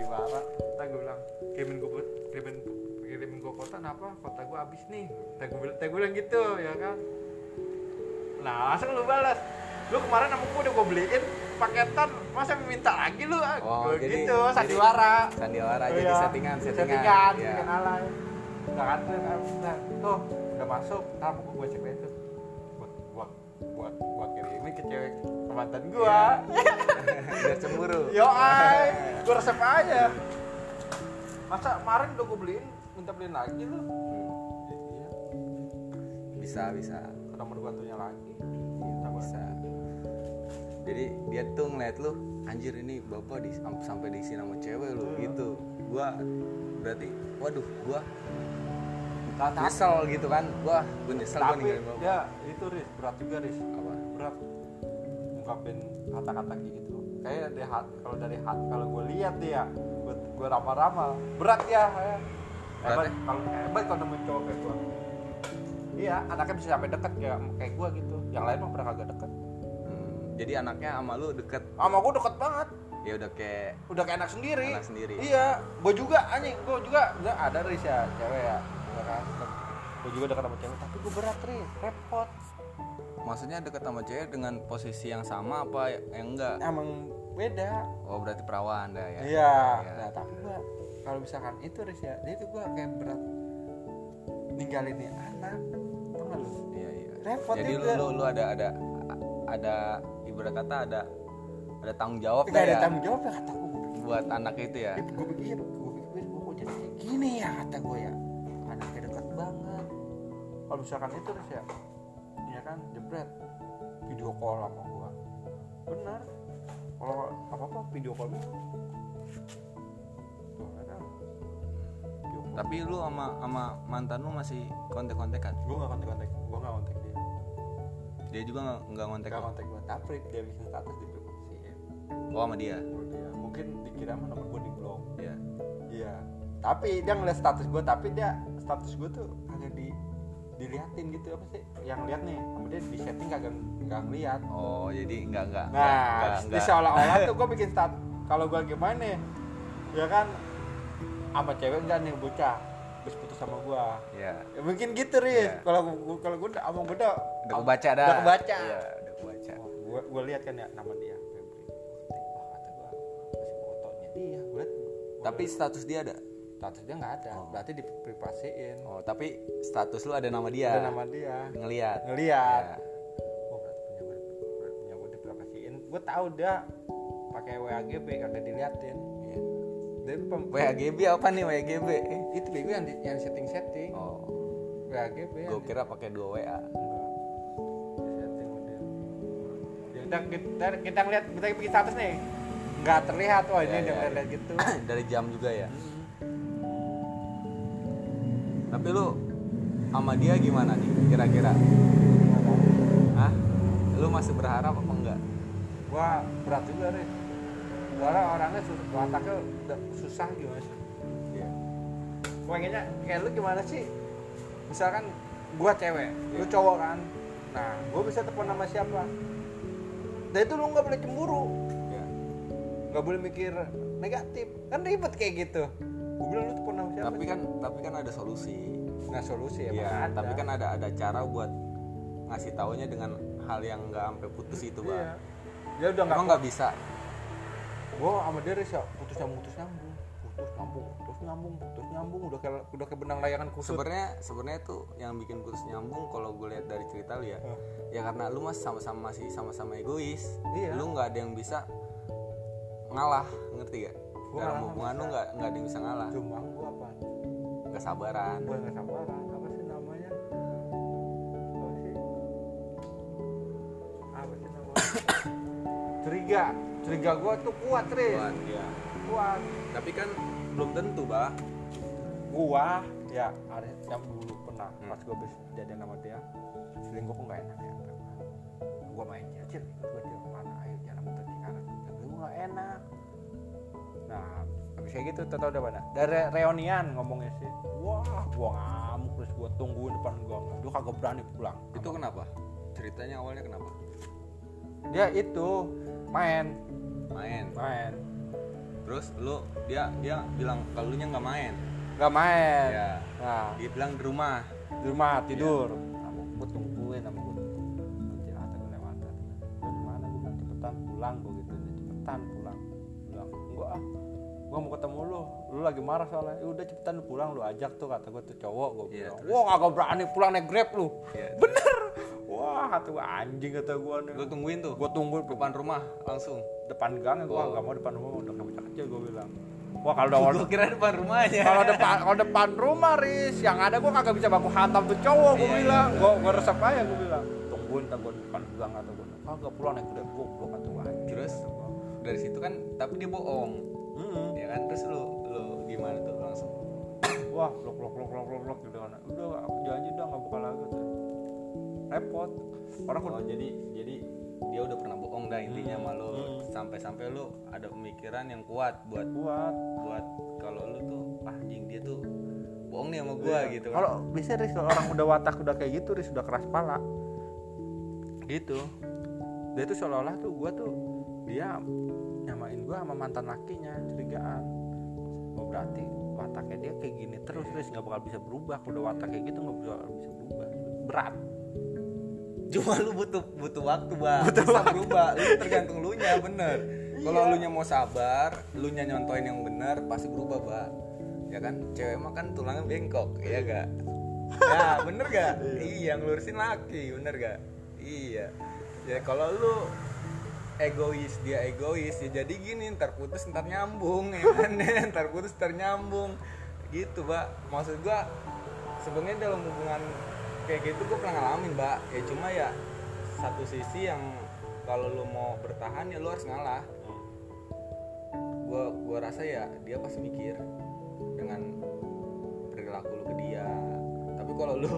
sandiwara. Kata gue bilang kirimin gue kota, kenapa kota gue habis nih? Kata gue bilang gitu ya kan. Nah langsung lu balas, lu kemarin sama gue udah gue beliin paketan, masa minta lagi lu? Oh, jadi, gitu, sandiwara. Jadi Iya. settingan Settingan ya. alay. Nah kan tuh udah masuk, ntar mau gue cek itu buat kirimin ke cewek mantan gue. Biar cemburu. Yo gue resep aja. Masa kemarin udah gue minta beliin lagi lu? Iya. Bisa. Nomor bantunya lagi. Bisa. Jadi dia tuh ngeliat lu, anjir ini bapak sampai diisi nama cewek lu gitu. Gua berarti, waduh, gua nyesel gitu kan. Gua nyesel gua ninggalin bapak. Ya itu Riz, berat juga Riz. Apa? Berat ngungkapin kata-kata gitu. Kayak kalau gue lihat dia, gue ramal-ramal, berat ya. Hebat kalau nemuin cowok kayak gue. Iya, anaknya bisa sampai deket kayak gue gitu. Yang lain mah pernah kagak deket. Jadi anaknya sama lu deket? Sama gue deket banget. Ya udah kayak anak sendiri. Iya, gue juga ada Riz ya, cewek ya. Kan? Gue juga dekat sama cewek, tapi gue berat Riz, repot. Maksudnya deket sama cewek dengan posisi yang sama apa yang enggak? Emang beda. Oh berarti perawan dah ya? Iya. Nah tapi gue kalau misalkan itu Riz ya, jadi itu gue kayak berat ninggalin nih anak, tau gak lu? Iya. Repot jadi juga. lu ada ibarat kata ada tanggung jawab Gak ada ya? tanggung jawab ya kata gue. Buat anak itu ya? Gue pikir gue kok jadi kayak gini ya kata gue ya. Anaknya dekat banget. Kalau misalkan itu Riz ya, ya kan jebret video call sama gue. Bener. Kalau apa video call itu. Tapi lu sama mantan lu masih kontak-kontakan? Gue nggak kontak dia. Dia juga nggak kontak gue. Tapi dia bikin status di privasi. Oh sama dia? Mungkin dikira mah nomor gue di blok. Iya. Tapi dia ngeliat status gue, status gue tuh agak diliatin gitu apa sih? Yang lihat nih, sama dia di setting kagak ngeliat. Oh jadi nggak. Nah, di seolah-olah tuh gue bikin status kalau gue gimana nih, ya kan? Sama cewek enggak nih bocah habis putus sama gua. Iya. Ya, mungkin gitu Riz. Kalau gua sama gua udah kebaca dah. Udah kebaca. Iya, udah kebaca. Gua lihat kan ya nama dia Febri. Wah, kata gua masih fotonya dia. Gua lihat. Tapi status dia ada? Status dia enggak ada. Berarti diprivasiin. Oh, tapi status lu ada nama dia. Ada nama dia. Ngelihat. Ya. Oh, berarti punya gua diprivasiin. Gua tahu dia pakai WAGB kagak diliatin. WAGB apa nih WAGB? Itu bego yang setting. Oh. WAGB. Gue kira pakai 2 WA. Enggak. Kita ngeliat kita bikin status nih. Enggak terlihat ini udah lihat gitu. Dari jam juga ya. Tapi lu sama dia gimana nih kira-kira? Hah? Lu masih berharap apa enggak? Gua berat juga Riz. Soalnya orangnya wataknya susah gimana sih? Iya. Pengennya kayak lu gimana sih? Misalkan gua cewek, lu cowok kan. Nah, gua bisa telepon sama siapa? Dan itu lu nggak boleh cemburu. Iya. Nggak boleh mikir negatif. Kan ribet kayak gitu. Gua bilang lu telepon sama siapa? Tapi kan ada solusi. Nah, solusi ya. Iya. Tapi kan ada cara buat ngasih taunya dengan hal yang nggak sampai putus itu, Bang. Iya. Dia udah nggak bisa. Gue sama dia Riz ya putus nyambung udah kayak benang layangan kusut. Sebenarnya tuh yang bikin putus nyambung kalau gue lihat dari cerita lu ya, ya karena lu masih sama-sama egois. Iya. Lu nggak ada yang bisa ngalah, ngerti gak? Dalam hubungan lu nggak ada yang bisa ngalah. Cuma gue apa? Kesabaran. Gue nggak sabaran. Apa sih namanya? Curiga gue tuh kuat Riz. Kuat. Tapi kan belum tentu bah. Gua ya ada yang dulu pernah pas gue habis jadian sama dia, selingkuh kok nggak enak ya. Gua main cicil, gua di mana air jalan muter Cikarang, tapi gua nggak enak. Nah habis kayak gitu tahu udah mana? Dari reunian ngomongnya sih. Wah gua ngamuk terus gua tungguin depan gua, dia kagak berani pulang. Itu kenapa? Ceritanya awalnya kenapa? Dia itu main. Terus dia bilang kalau lu nya nggak main. Nggak main. Ya. Nah, Dia bilang di rumah tidur. Sama gue tungguin sama gue. Nanti ada gue lewat. Lu gimana? Gue bilang cepetan pulang gue gitu. Cepetan pulang. Bilang enggak ah. Gue mau ketemu lu lagi marah soalnya. Ya udah cepetan lu pulang, lu ajak tuh kata gue tuh cowok gue bilang. Wah kagak berani pulang naik Grab lu. Bener. Wah kata gue anjing kata gue nih. Lu tungguin tuh. Gue tungguin depan rumah langsung. Depan gang gue nggak mau depan rumah udah kebocak aja gue bilang. Wah kalau Gue kira depan rumahnya. Kalau depan rumah Riz, yang ada gue kagak bisa baku hantam tuh cowok gue bilang. Gue resep aja gue bilang. Tungguin tak gue depan gang atau gue. Kagak pulang naik Grab goblok kata gue. Terus dari situ kan tapi dia bohong. Ya kan terus lu gimana tuh langsung? Wah, blok gitu kan. Udah aku janji dah enggak buka lagi tuh. Repot. Orang jadi dia udah pernah bohong dah intinya sama lu sampai lu ada pemikiran yang kuat buat kalau lu tuh anjing dia tuh bohong nih sama gua gitu kan. Kalau bisa Riz, kalau orang udah watak udah kayak gitu Riz, udah keras kepala gitu. Dia tuh seolah-olah tuh gua tuh dia nyamain gua sama mantan lakinya, curigaan. Oh, berarti wataknya dia kayak gini terus Riz, nggak bakal bisa berubah. Kalau udah watak kayak gitu nggak bisa berubah, berat. Cuma lu butuh waktu Bang, bisa berubah. Lu tergantung lu nya bener. Kalau lu nya mau sabar, lu nya nyontoin yang bener pasti berubah Bang. Ya kan, cewek mah kan tulangnya bengkok, iya gak? Ya bener gak? Iya, ngelurusin laki, bener gak? Iya. Ya kalau lu egois, dia egois, ya jadi gini, ntar putus ntar nyambung, ya kan? Ntar putus ntar nyambung, gitu Mbak. Maksud gua sebenarnya dalam hubungan kayak gitu gue pernah ngalamin Mbak. Ya cuma ya satu sisi yang kalau lu mau bertahan ya lu harus ngalah. Gua rasa ya dia pasti mikir dengan perilaku lu ke dia. Tapi kalau lu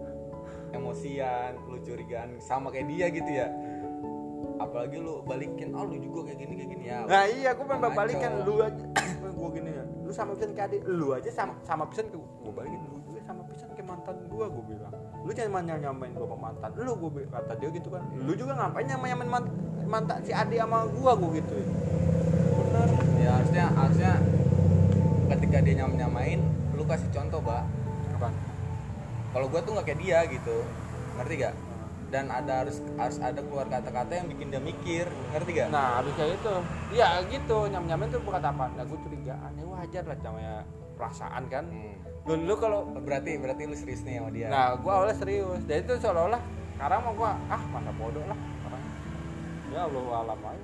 emosian, lu curigaan sama kayak dia gitu ya, apalagi lu balikin, lu juga kayak gini ya. Nah iya, gue pengen balikin lu aja. Gue gini ya, lu sama pisan kayak adik lu aja sama pisan ke gue balikin, lu juga sama pisan kayak mantan gue bilang. Lu jangan nyamain gue sama mantan lu, gue kata dia gitu kan. Lu juga ngapain nyamain mantan si adik sama gue gitu. Bener. Ya harusnya ketika dia nyamain, lu kasih contoh, Mbak. Apa? Kalau gue tuh nggak kayak dia gitu, ngerti gak? Dan harus ada keluar kata-kata yang bikin dia mikir, ngerti gak? Nah harusnya itu, ya gitu, nyamain tuh bukan apa? Nah gue curigaan, ya wajar lah namanya perasaan kan. Dulu kalau berarti lu serius nih sama dia. Nah gue awalnya serius, dan itu seolah-olah sekarang mau gue masa bodoh lah orang. Ya Allah alam aja.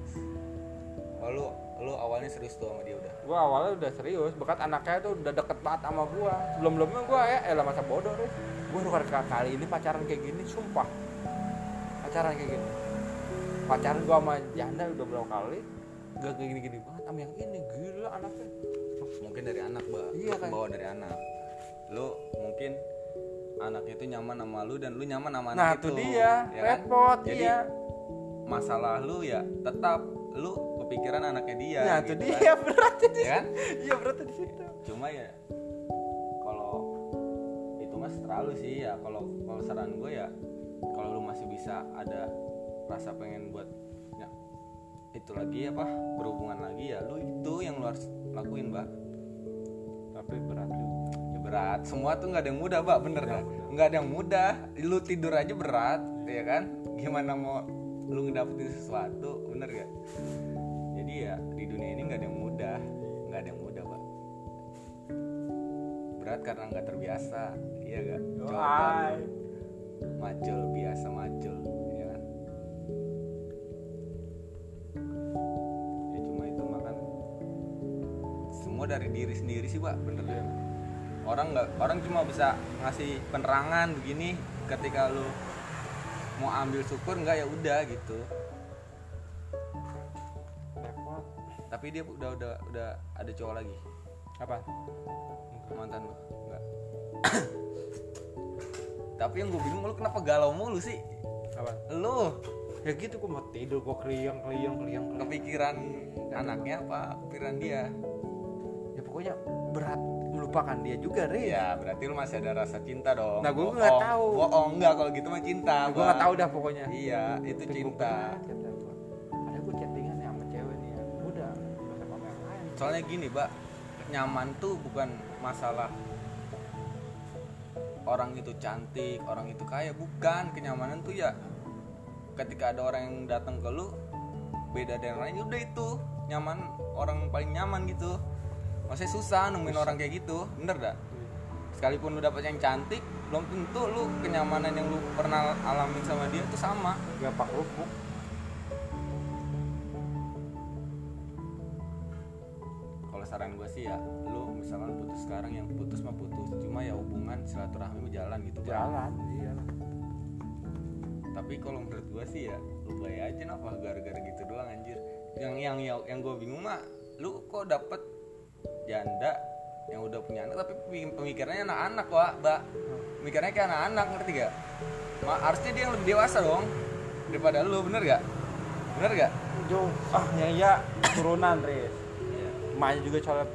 Oh, lu awalnya serius tuh sama dia udah? Gue awalnya udah serius, bekat anaknya tuh udah deket banget sama gue. Sebelum-sebelumnya gue ya masa bodoh tuh. Gue udah kali ini pacaran kayak gini, sumpah. Pacaran kayak gini. Pacaran gue sama janda udah berapa kali, gak kayak gini-gini banget sama yang ini, gila anaknya. Mungkin dari anak, Mbak. Iya kan? Bawa dari anak. Lu mungkin anaknya itu nyaman sama lu dan lu nyaman sama anak nah, itu. Nah, itu dia, ya repot kan? Jadi, masalah lu ya tetap lu kepikiran anaknya dia. Nah, gitu itu dia kan? beratnya di ya kan? Iya, beratnya di situ. Cuma ya kalau itu mas terlalu sih ya, kalau saran gue ya kalau lu masih bisa ada rasa pengen buat ya, itu lagi berhubungan lagi ya lu itu yang lu harus lakuin, Mbak. Tapi berat juga. Ya berat, semua tuh nggak ada yang mudah, Mbak, bener kan? Nggak ada yang mudah, lu tidur aja berat, ya kan? Gimana mau lu ngedapetin sesuatu, bener gak? Jadi ya di dunia ini nggak ada yang mudah, Mbak. Berat karena nggak terbiasa, iya gak? Coba macul, biasa macul, ya kan? Ya cuma itu makan. Semua dari diri sendiri sih, Pak, bener ya. Orang cuma bisa ngasih penerangan begini, ketika lu mau ambil syukur nggak ya udah gitu. Repot. Tapi dia udah ada cowok lagi. Apa? Mantan lu? Enggak. Tapi yang gue bingung, lu kenapa galau mulu sih? Apa? Lu ya gitu, gue mau tidur, gue keliyang. Kepikiran anaknya apa kepikiran dia? Ya pokoknya berat melupakan dia juga, Riz. Ya berarti lu masih ada rasa cinta dong. Nah, gue nggak tahu. Enggak, kalau gitu mah cinta. Gue nggak tahu dah pokoknya. Iya, itu cinta. Ada gue chattingan nih sama cewek nih ya. Udah sama yang lain. soalnya gini Mbak, nyaman tuh bukan masalah orang itu cantik, orang itu kaya, bukan. Kenyamanan tuh ya ketika ada orang yang datang ke lu beda dari yang lain, udah itu nyaman, orang paling nyaman gitu. Maksudnya susah nemuin orang kayak gitu, bener dah. Sekalipun lu dapet yang cantik, belum tentu lu kenyamanan yang lu pernah alamin sama dia tuh sama. Gampang lupuk. Kalau saran gue sih ya, lu misalkan putus sekarang, yang putus mah putus, cuma ya hubungan silaturahmi jalan gitu Bang. Jalan, iya. Tapi kalau menurut gue sih ya, lu bayar aja apa gara-gara gitu doang anjir. Yang gue bingung mah, lu kok dapet janda yang udah punya anak tapi pemikirannya anak-anak Mbak. Pemikirannya kayak anak-anak, ngerti gak? Harusnya dia yang lebih dewasa dong daripada lu, bener gak? Bener gak? Jo, yang iya turunan Riz. Iya. Emaknya juga soalnya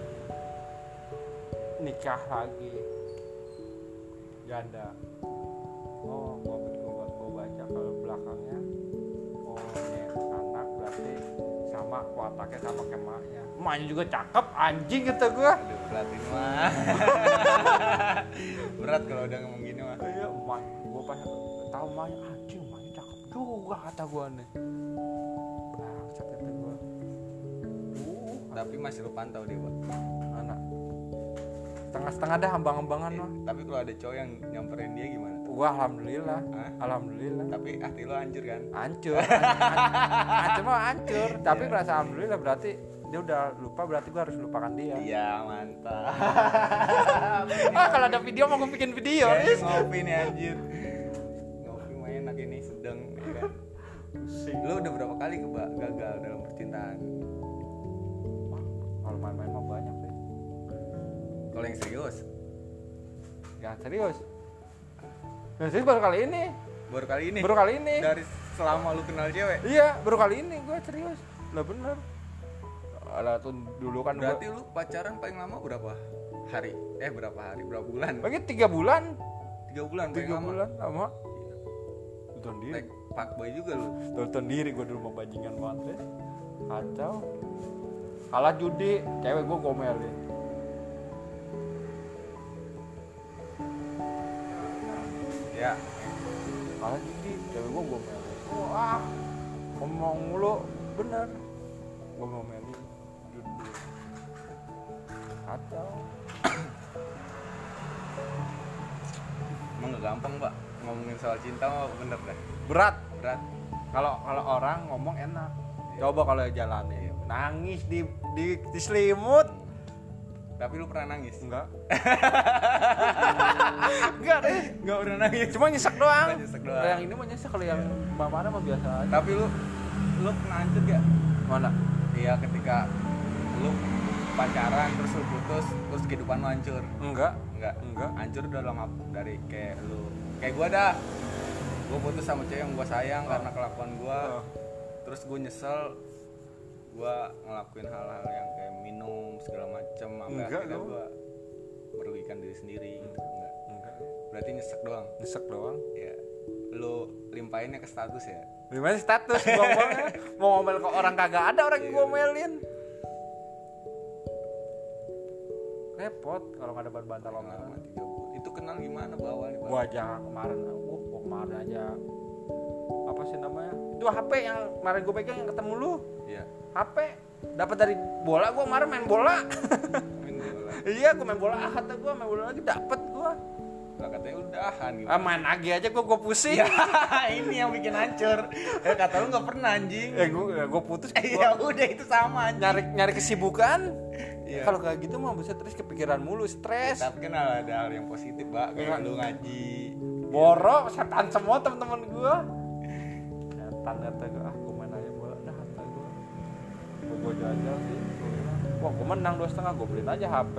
nikah lagi, janda. Oh, gua baca kalau belakangnya, oh ini anak berarti sama wataknya sama kayak emaknya. Emaknya juga cakep, anjing kata gua. Aduh, pelatin mah. Berat kalau udah ngomong gini mah. Iya, emak gua pas tahu emaknya, anjing emaknya cakep juga kata gua nih. Bangsat kata gua. Tapi masih lu pantau dia, Pak. Anak setengah-setengah dah ambang-ambangan mah. Tapi kalau ada cowok yang nyamperin dia gimana? Gua alhamdulillah. Hah? Alhamdulillah. Tapi hati lu hancur kan? Hancur. Hancur mah hancur, tapi merasa alhamdulillah berarti dia udah lupa, berarti gua harus lupakan dia. Iya, mantap. Kalau ada video mau gua bikin video, Kayaknya Riz. ngopi nih anjir. Ngopi mah enak ini, sedang ya kan. Lu udah berapa kali gagal dalam percintaan? Wah, kalau main-main mah banyak sih. Kalau yang serius? Ya serius. Nah, serius baru kali ini. Baru kali ini? Baru kali ini. Dari selama lu kenal cewek? Iya, baru kali ini gua serius. Lah bener. Alah tuh dulu kan Berarti lu pacaran paling lama berapa hari? Berapa hari? Berapa bulan? bagi 3 bulan. 3 bulan paling 3 lama. bulan lama. Tonton diri. Like fuckboy juga lu. Tonton diri gua dulu mau bajingan banget, Riz. Kacau. Kalah judi, cewek gua gomelin. Ya. Kalah judi, cewek gua gomelin. Wah, ngomong mulu, bener. Gua ngomelin judi. Kacau. Emang gak gampang, Mbak. Ngomongin soal cinta mah bener dah. Berat. Berat. Kalau orang ngomong enak. Coba kalau jalanin. Nangis di selimut. Tapi lu pernah nangis? Enggak. Enggak deh. Enggak pernah nangis. Cuma nyesek doang. Cuma nyesek doang. Yang ini mah nyesek, kalau yang mana mah biasa aja. Tapi lu pernah hancur gak? Mana? Iya, ketika lu pacaran terus lu putus, terus kehidupan lu hancur. Enggak. Enggak. Hancur dalam dari kayak lu. Kayak gua dah. Gua putus sama cewek yang gua sayang karena kelakuan gua. Terus gua nyesel, gua ngelakuin hal-hal yang kayak minum segala macem sampai Enggak, akhirnya gua. gua merugikan diri sendiri gitu. Enggak. Berarti nyesek doang. Nyesek doang. Ya. Lu limpahinnya ke status ya. Gimana status gua ngomongnya? Mau ngomel ke orang kagak ada orang yang gua ngomelin. Repot kalau nggak ada bantal Lama omelan. 3 bulan. Itu kenal gimana bawah nih, Bang? Gua aja kemarin, gua kemarin aja apa sih namanya? Itu HP yang kemarin gua pegang yang ketemu lu. Iya. HP dapat dari bola, gua kemarin main bola. Main bola. Iya, gua main bola, kata gua main bola lagi dapat gua. Lah katanya udahan gimana? Main lagi aja gua pusing. Ya, ini yang bikin hancur. Kata lu enggak pernah anjing. Gua putus. Ya udah itu sama anjing. Nyari kesibukan. Iya. Kalau kayak gitu mah bisa terus kepikiran mulu, stres. Tapi kan ada hal yang positif, Mbak. Kayak lu ngaji. Boro, setan semua temen-temen gua. Setan kata gua, gua main aja bola dah kata gua. Gua jajal sih. Gua bilang, wah gua menang 2,5, gua beliin aja HP.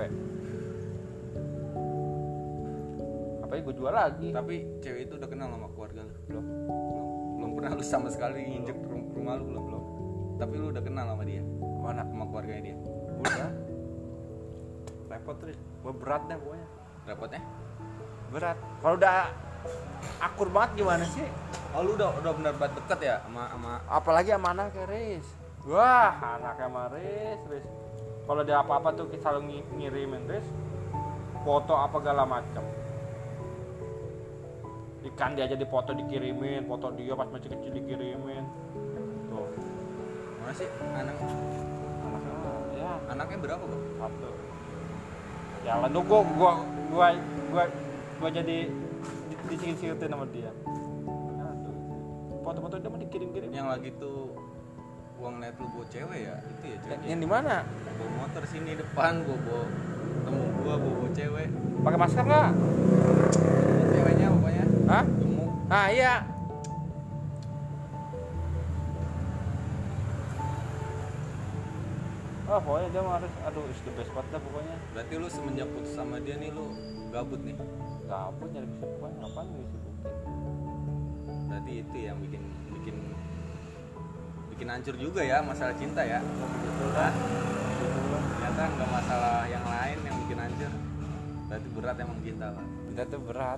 HP gua jual lagi. Tapi cewek itu udah kenal sama keluarga lu? Belum pernah lu sama sekali nginjek rumah lu belum. Tapi lu udah kenal sama dia? Mana? Sama keluarganya dia? Udah. Repot terus. Gua berat dah pokoknya. Repotnya? Berat. Kalau udah akur banget gimana sih? Oh, lu udah benar-benar deket ya sama Apalagi sama anaknya Riz. Wah, anaknya sama Riz. kalau dia apa-apa tuh kita selalu ngirimin terus foto apa segala macam. Ikan dia jadi foto dikirimin, foto dia pas masih kecil dikirimin. Tuh. Mana sih anaknya Ya, anaknya berapa bang? satu. Ya lalu gua jadi disingin-singin sama dia. Nah, tuh. Foto-foto dia mah dikirim-kirim. Yang lagi tuh uang net lu bawa cewek ya itu ya cewek Yang di mana? bawa motor sini depan gua bawa temu gua bawa cewek Pakai masker nggak? ceweknya pokoknya Hah? gemuk Ah iya. Oh pokoknya dia mah harus, aduh is the best part dah pokoknya. berarti lu semenjak putus sama dia nih lu gabut nih Gabut nyari kesibukan, ngapain nih kesibukan? berarti itu yang bikin bikin bikin hancur juga ya masalah cinta ya Hah? Ternyata nggak masalah yang lain yang bikin hancur berarti berat emang cinta lah Kita tuh berat.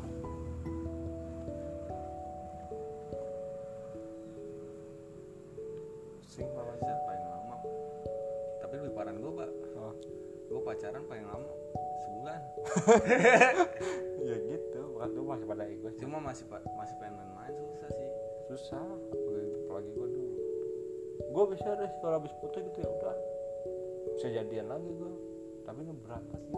Pusing malah. Buset, paling lama tapi lebih parah gue pak Oh. gue pacaran paling lama sebulan Ya gitu, bukan tuh masih pada ego sih. cuma masih pengen main-main susah sih Susah, apalagi gue dulu. Gue bisa deh kalau habis putus gitu ya udah. Bisa jadian lagi gue. Tapi ini berat gila.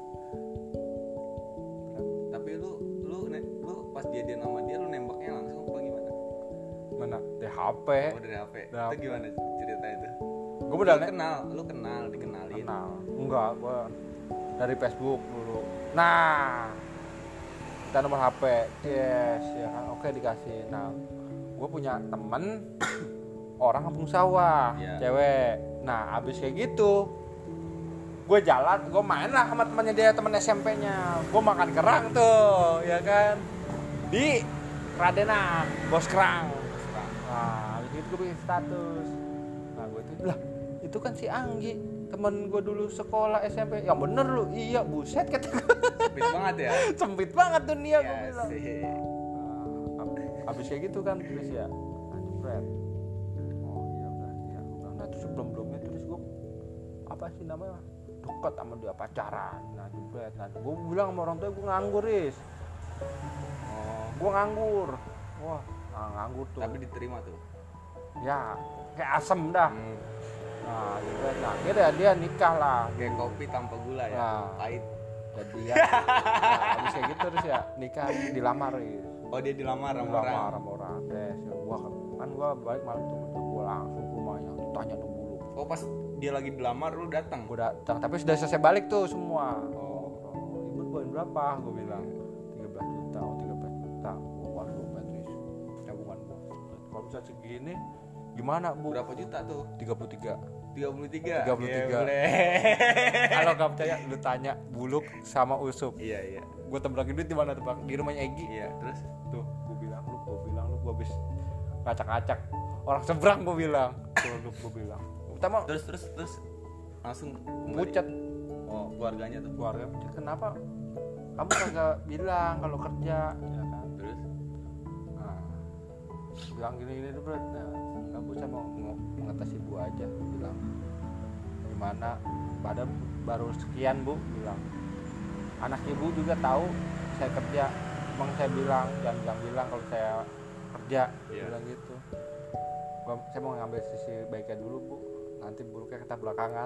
tapi lu pas jadian sama dia lu nembaknya langsung apa gimana? Mana? Di HP. Oh dari HP. Dari Itu HP. gimana cerita itu? Gue udah Lu kenal, dikenalin. kenal. Enggak, gue dari Facebook dulu. Nah, kita nomor HP, yes, ya kan, oke dikasih. Nah, gue punya temen orang kampung sawah, Iya. cewek. Nah, abis kayak gitu, gue jalan, gue main lah sama temannya dia, temen SMP-nya. Gue makan kerang tuh, ya kan, di Radena, Bos Kerang. Nah, abis itu gue bikin status. Nah, gue itu lah, itu kan si Anggi, temen gue dulu sekolah SMP. Yang bener lu, iya buset kata gue. Sempit banget ya. Sempit banget dunia gue Ya bilang. sih. Nah, abis kayak gitu kan terus ya, nah jepret. Oh iya udah, iya gue bilang. Nah terus sebelum-sebelumnya terus gue apa sih namanya dekat sama dia pacaran. Nah jepret. Nah gue bilang sama orang tua gue nganggur Riz. Oh, Gue nganggur. Wah nganggur tuh. tapi diterima tuh. Ya kayak asem dah. Hmm. Nah jepret. Nah akhirnya dia nikah lah. Kayak kopi tanpa gula ya. Nah. Pahit. Jadi ya, nah, abis kayak gitu terus ya nikah dilamar Riz. Oh dia dilamar sama orang. Dilamar sama orang. Tes ya gua balik malam tuh gua langsung ke rumahnya tanya tuh dulu. Oh pas dia lagi dilamar lu datang. Gue datang, tapi sudah selesai balik tuh semua. Oh. Ibu bawain berapa? Gue bilang 13 juta, oh 13 juta. Wah, Patris, tabungan gue. Kalau bisa segini, gimana bu? Berapa juta tuh? 33. 33. 33. Ya, boleh. Kalau nggak percaya, lu tanya Buluk sama Usup. Iya iya. Gue tembakin duit di mana tuh bang? Di rumahnya Egi. Iya terus. Tuh, gue bilang lu, gue habis ngacak-ngacak orang seberang gue bilang. Tuh, gue bilang. Pertama Terus langsung kembali. pucat. Oh keluarganya tuh. Keluarga pucat, kenapa kamu kagak bilang kalau kerja ya kan? Terus. Nah, bilang gini tuh berat. Nah, nggak bisa mau mengatasi ibu aja bilang gimana pada baru sekian bu bilang anak ibu juga tahu saya kerja emang saya bilang jangan bilang kalau saya kerja. Iya. Bilang gitu. Saya mau ngambil sisi baiknya dulu bu, nanti buruknya kita belakangan.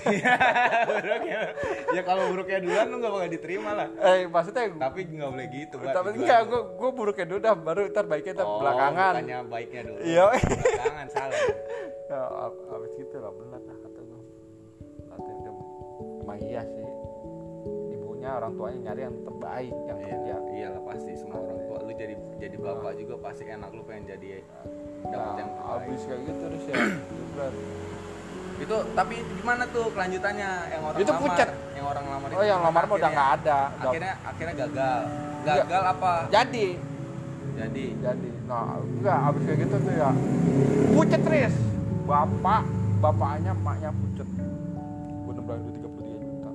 Buruknya. Ya kalau buruknya duluan lu nggak bakal diterima lah. Maksudnya Tapi nggak boleh gitu. Bat. tapi Tujuan enggak, lu. gue buruknya dulu dah, baru ntar baiknya ntar belakangan. Bukannya baiknya dulu. Iya. Belakangan salah. Ya, abis gitu lah benar dah kata gue. Kata dia, emang iya sih. Ibunya orang tuanya nyari yang terbaik, yang kerja. Iyalah pasti semua orang tua lu jadi bapak juga pasti enak lu pengen jadi dapat yang terbaik. Abis kayak gitu terus ya. Jebret. Itu tapi gimana tuh kelanjutannya yang orang Itu lamar? pucat. Yang orang lamar Oh yang lamar mah udah nggak ada. Udah- Akhirnya gagal. Gagal apa? Jadi. Nah enggak abis kayak gitu tuh ya. Pucet Riz. Bapaknya emaknya pucet. Gue nembang duit 33 juta.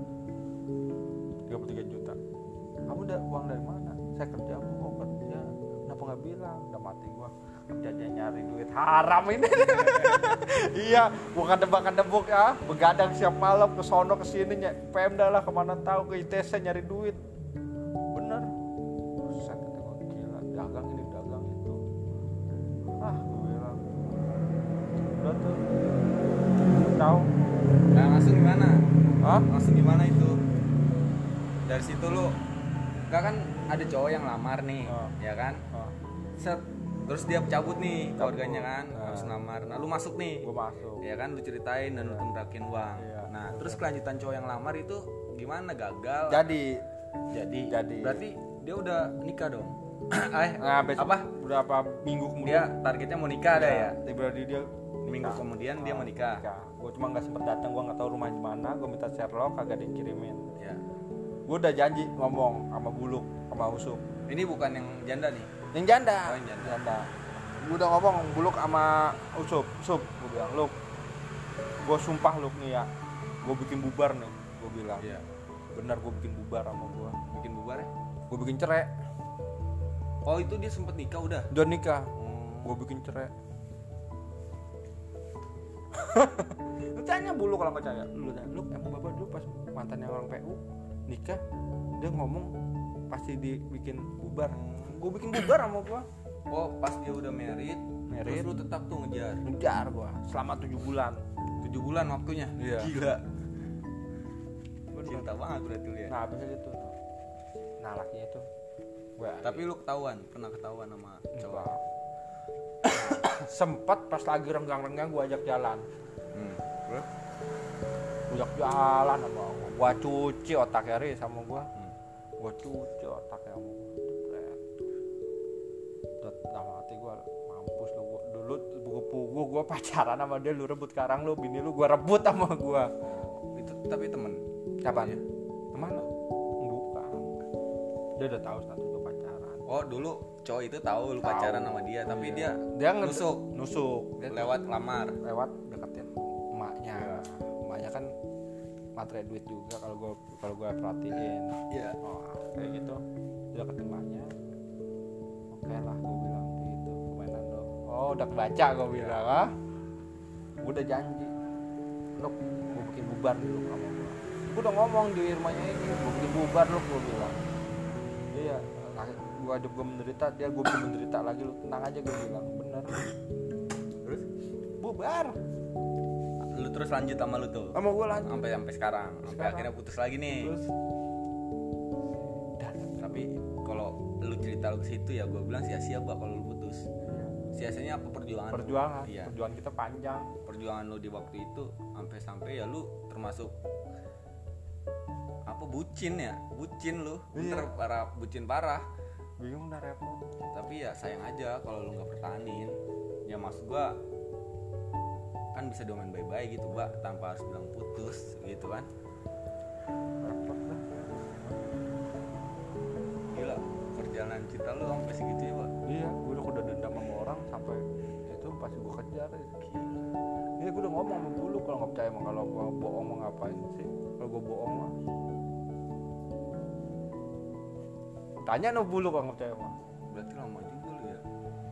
33 juta. Kamu udah uang dari mana? Saya kerja, bu, kerja. Kenapa nggak bilang? Udah mati gua. kerjanya nyari duit haram ini. Iya, bukan debak-debuk ya, begadang siap malam ke sono ke sini Pemda lah kemana tahu ke ITC nyari duit. Bener. Buset, kata gua, gila, dagang ini dagang itu. Ah, gua bilang. Udah tuh. Tahu. Nah, langsung gimana? Hah? Langsung gimana itu? Dari situ lu enggak kan ada cowok yang lamar nih, ya kan? Set, terus dia cabut nih keluarganya kan, harus lamar. Nah, lu masuk nih. Gua masuk. Ya kan, lu ceritain dan lu tembrakin uang. Iya. Nah, terus kelanjutan cowok yang lamar itu gimana? Gagal? Jadi. Berarti dia udah nikah dong. Nah, besok apa? Berapa minggu kemudian Dia targetnya mau nikah ada ya? Tiba-tiba dia Minggu kemudian dia mau nikah. Gue cuma nggak sempet datang, gue nggak tahu rumah di mana. Gue minta Sherlock kagak dikirimin. Ya. Gue udah janji ngomong sama Buluk sama Usuk. Ini bukan yang janda nih. Yang janda. Oh, yang janda. Gue udah ngomong Buluk sama Usuk. Gue bilang, Luk, gue sumpah Luk nih ya, gue bikin bubar nih. Gue bilang. Iya. Bener, gue bikin bubar sama gue. Bikin bubar ya? Gue bikin cerai. Oh, itu dia sempet nikah udah. Udah nikah. Gue bikin cerai. Lu tanya Buluk kalau nggak percaya. Lu tanya, Luk, emang bapak dulu pas mantannya orang PU nikah, dia ngomong pasti dibikin bubar. Gue bikin bubar sama gue. Oh, pas dia udah married, terus lu tetap tuh ngejar gue selama 7 bulan. 7 bulan waktunya. Iya. Gila. Cinta banget berarti lu ya. Nah, habis itu nah lakinya itu gua. Tapi lu pernah ketahuan sama cowok. Sempet pas lagi renggang-renggang gue ajak jalan. Terus? Gue ajak jalan sama gue cuci otaknya Ri sama gue. Gue cuci otaknya sama gue. Udah dalam hati gue, mampus lu. Dulu pugu gue pacaran sama dia, lu rebut. Sekarang lu bini lu gue rebut sama gue. Itu tapi temen. Kapan? Teman lu? Bukan. Dia udah tahu status gue pacaran. Oh, dulu cowok itu tahu lu pacaran sama dia, tapi dia nusuk. Dia lewat lamar. Lewat deketin emaknya. Emaknya kan materi duit juga kalau gue perhatiin. Iya. Oh, kayak gitu. Dia deketin emaknya. Oke lah, gue bilang gitu. Permainan lo. Oh, udah kebaca gue bilang. Ah. Gue udah janji. Loh, gue bikin bubar dulu sama gue. Gue udah ngomong di rumahnya ini, gue bikin bubar lu, gue bilang. Iya, gue hidup gue menderita, dia gue bikin menderita lagi, lu tenang aja, gue bilang. Bener. Terus bubar. Lu terus lanjut sama lu tuh. Sama gue lanjut. Sampai sekarang. Sampai akhirnya putus lagi nih. Terus. Tapi kalau lu cerita lu ke situ ya gue bilang sia-sia bah kalau lu putus. Sia-sianya apa perjuangan? Iya. Perjuangan kita panjang. Perjuangan lu di waktu itu sampai ya lu termasuk apa bucin lu. Bener bucin parah. Bingung dah repot. Tapi ya sayang aja kalau lu nggak pertahanin. Ya maksud gua kan bisa diomelin baik-baik gitu mbak tanpa harus bilang putus gitu kan. Repot dah. Gila perjalanan cinta lu sampai segitu ya mbak. Iya, gue udah dendam sama orang sampai itu pasti gue kejar. Iya, gue udah ngomong sama dulu kalau nggak percaya emang kalau gue bohong mau ngapain sih? Kalau gue bohong mah tanya no bulu kalau nggak percaya mah. Berarti lama juga lu ya.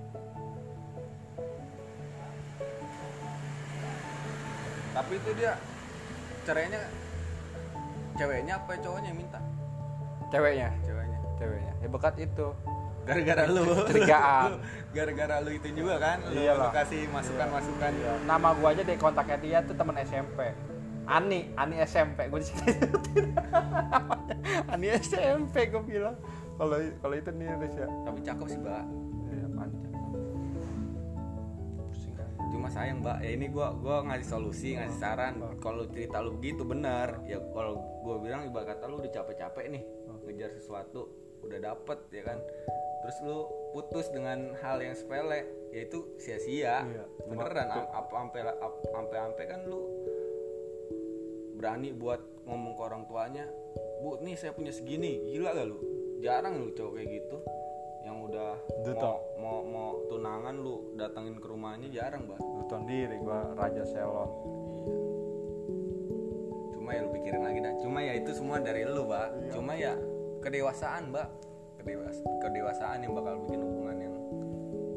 Tapi itu dia cerainya ceweknya apa cowoknya yang minta? Ceweknya. Ya bekat itu. Gara-gara lu. Cerigaan. Gara-gara lu itu juga kan. Lu kasih masukan-masukan. Iya. Nama gue aja deh kontaknya dia tuh teman SMP. Ani SMP gue disitu. Ani SMP gue bilang. Kalau itu nih Indonesia. Tapi cakep sih mbak. Iya panjang. Pusing kan. Cuma sayang mbak. Ya ini gue ngasih solusi, ngasih saran. Kalau cerita lu begitu benar. Ya kalau gue bilang ibarat kata lu udah capek-capek nih ngejar sesuatu, udah dapet ya kan. Terus lu putus dengan hal yang sepele, yaitu sia-sia. Iya, beneran. Sampai kan lu berani buat ngomong ke orang tuanya, Bu, nih saya punya segini. Gila gak lu? Jarang lu cowok kayak gitu yang udah mau tunangan lu datangin ke rumahnya, jarang banget. Lu tahun diri gua raja salon. Iya. Cuma ya lu pikirin lagi dah. Cuma ya itu semua dari lu, Mbak. Iya. Cuma ya kedewasaan, Mbak. Kedewasaan yang bakal bikin hubungan yang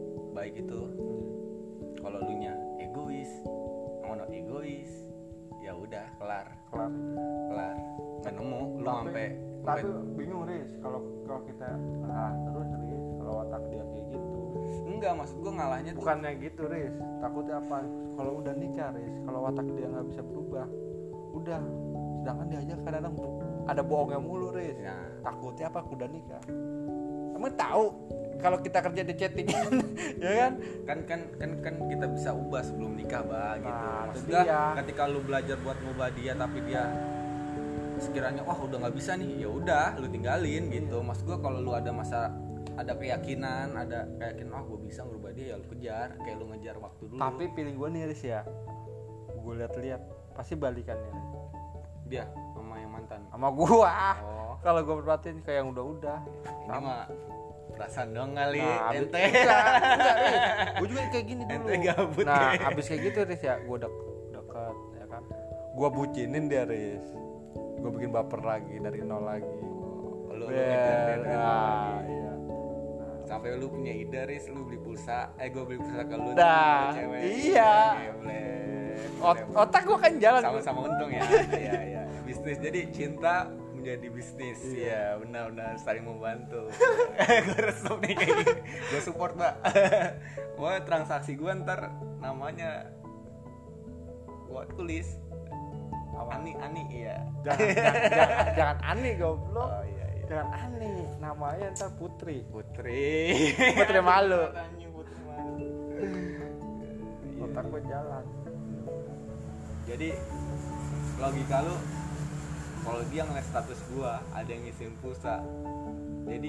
baik itu. Kalau lu nya egois, ngono egois, ya udah kelar. Nggak nemu lu tapi bingung Riz kalau kita terus Riz kalau watak dia kayak gitu. Enggak, maksud gua ngalahnya tuh Bukannya gitu Riz, takutnya apa? Kalau udah nikah Riz, kalau watak dia nggak bisa berubah, udah. Sedangkan dia aja kadang-kadang ada bohongnya mulu Riz. Nah. Takutnya apa? Udah nikah. Kamu tahu kalau kita kerja di chattingan, ya kan? kan kita bisa ubah sebelum nikah gitu. Nah, Maksudnya dia. ketika lu belajar buat ngubah dia tapi dia sekiranya wah udah nggak bisa nih, ya udah lu tinggalin gitu. Maksud gua kalau lu ada keyakinan gue bisa ngubah dia, ya lu kejar kayak lu ngejar waktu dulu. Tapi feeling gue nih Riz ya, gue lihat pasti balikannya Riz. Dia sama yang mantan Sama gua. Oh. Kalau gue perhatiin kayak yang udah. Ini mah perasaan dong kali. Nah, ente enggak Riz. Gue juga kayak gini dulu. Ente gabut Nah, kayak. abis kayak gitu Riz ya, gue deket ya kan. Gue bucinin dia Riz. Gue bikin baper lagi dari nol lagi. Lu ngejar dia dari nol lagi. Iya. Sampai lu punya ide Riz, lu beli pulsa, gue beli pulsa ke lu Dah, cewek. iya. Otak gue kan jalan. Sama-sama untung ya. Iya. Bisnis, jadi cinta menjadi bisnis. Iya, benar-benar saling membantu. Gue resep nih kayak gini. Gue support, Mbak. Wah, transaksi gue ntar namanya gua tulis Ani iya. Jangan Ani goblok. Oh iya. Jangan Ani, namanya ntar Putri Malu. malu. Putri malu. Otak gue jalan. Jadi logika lu kalau dia ngeliat status gua ada yang ngisiin pulsa, jadi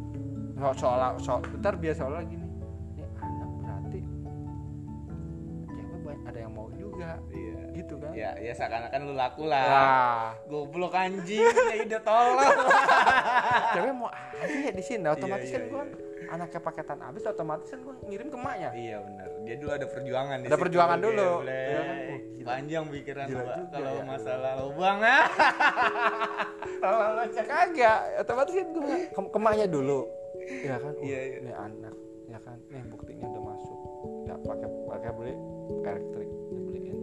Ntar biasa gini. Ini anak berarti cewek banyak ada yang mau juga. iya Gitu kan? ya seakan-akan lu laku lah. Nah, Goblok anjing, ya ide tolong. cewek mau aja ya di sini. Otomatis Iya, kan iya, gue anaknya paketan habis, otomatis kan gue ngirim ke emaknya. Iya benar. Dia dulu ada perjuangan di Ada situ. perjuangan dulu. Gile. Iya kan? Oh, gila. Panjang pikiran Gila Mbak juga kalau ya. masalah lubang Tolong aja. Kagak, otomatis kan gue ke emaknya dulu. Ya kan? Iya. Nih anak, ya kan? Nih buktinya udah masuk. Ya pakai beli elektrik, dibeliin.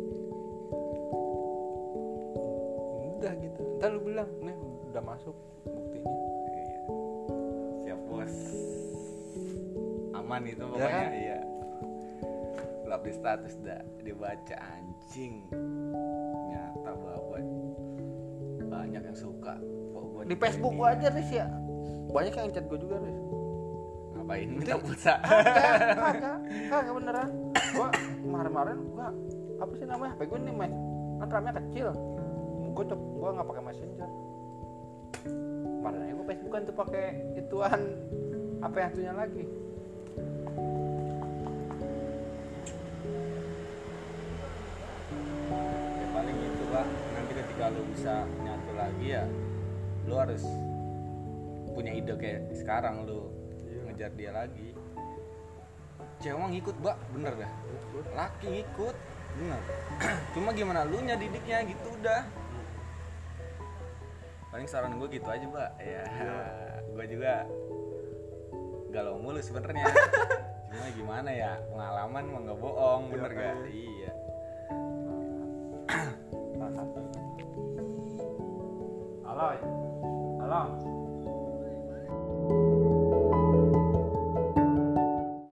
Udah gitu. Ntar lu bilang, nih udah masuk buktinya. Iya. Siap bos. Aman itu Ya pokoknya kan? iya. Lu update status dah, dibaca anjing. Nyata bahwa banyak yang suka. Kok gua Di Facebook ini. gua aja Riz ya. Banyak yang chat gua juga Riz. Ngapain minta pulsa? Kagak beneran. Gua kemarin gua apa sih namanya? HP gua ini kan RAM-nya kecil. Gua enggak pakai Messenger. Kemarin aja gua Facebook kan tuh pakai ituan apa yang satunya lagi. Ya paling itu Pak. Nanti ketika lu bisa nyatu lagi ya, lu harus punya ide kayak sekarang lu ngejar dia lagi. Cewek mah ngikut Mbak, bener dah. Laki ngikut, bener. Cuma gimana lu nya didiknya gitu udah. Paling saran gue gitu aja Mbak. Ya, gue juga galau mulu sebenarnya. Cuma gimana ya, pengalaman mah nggak bohong, bener Iya, gak? kan? Iya. Halo.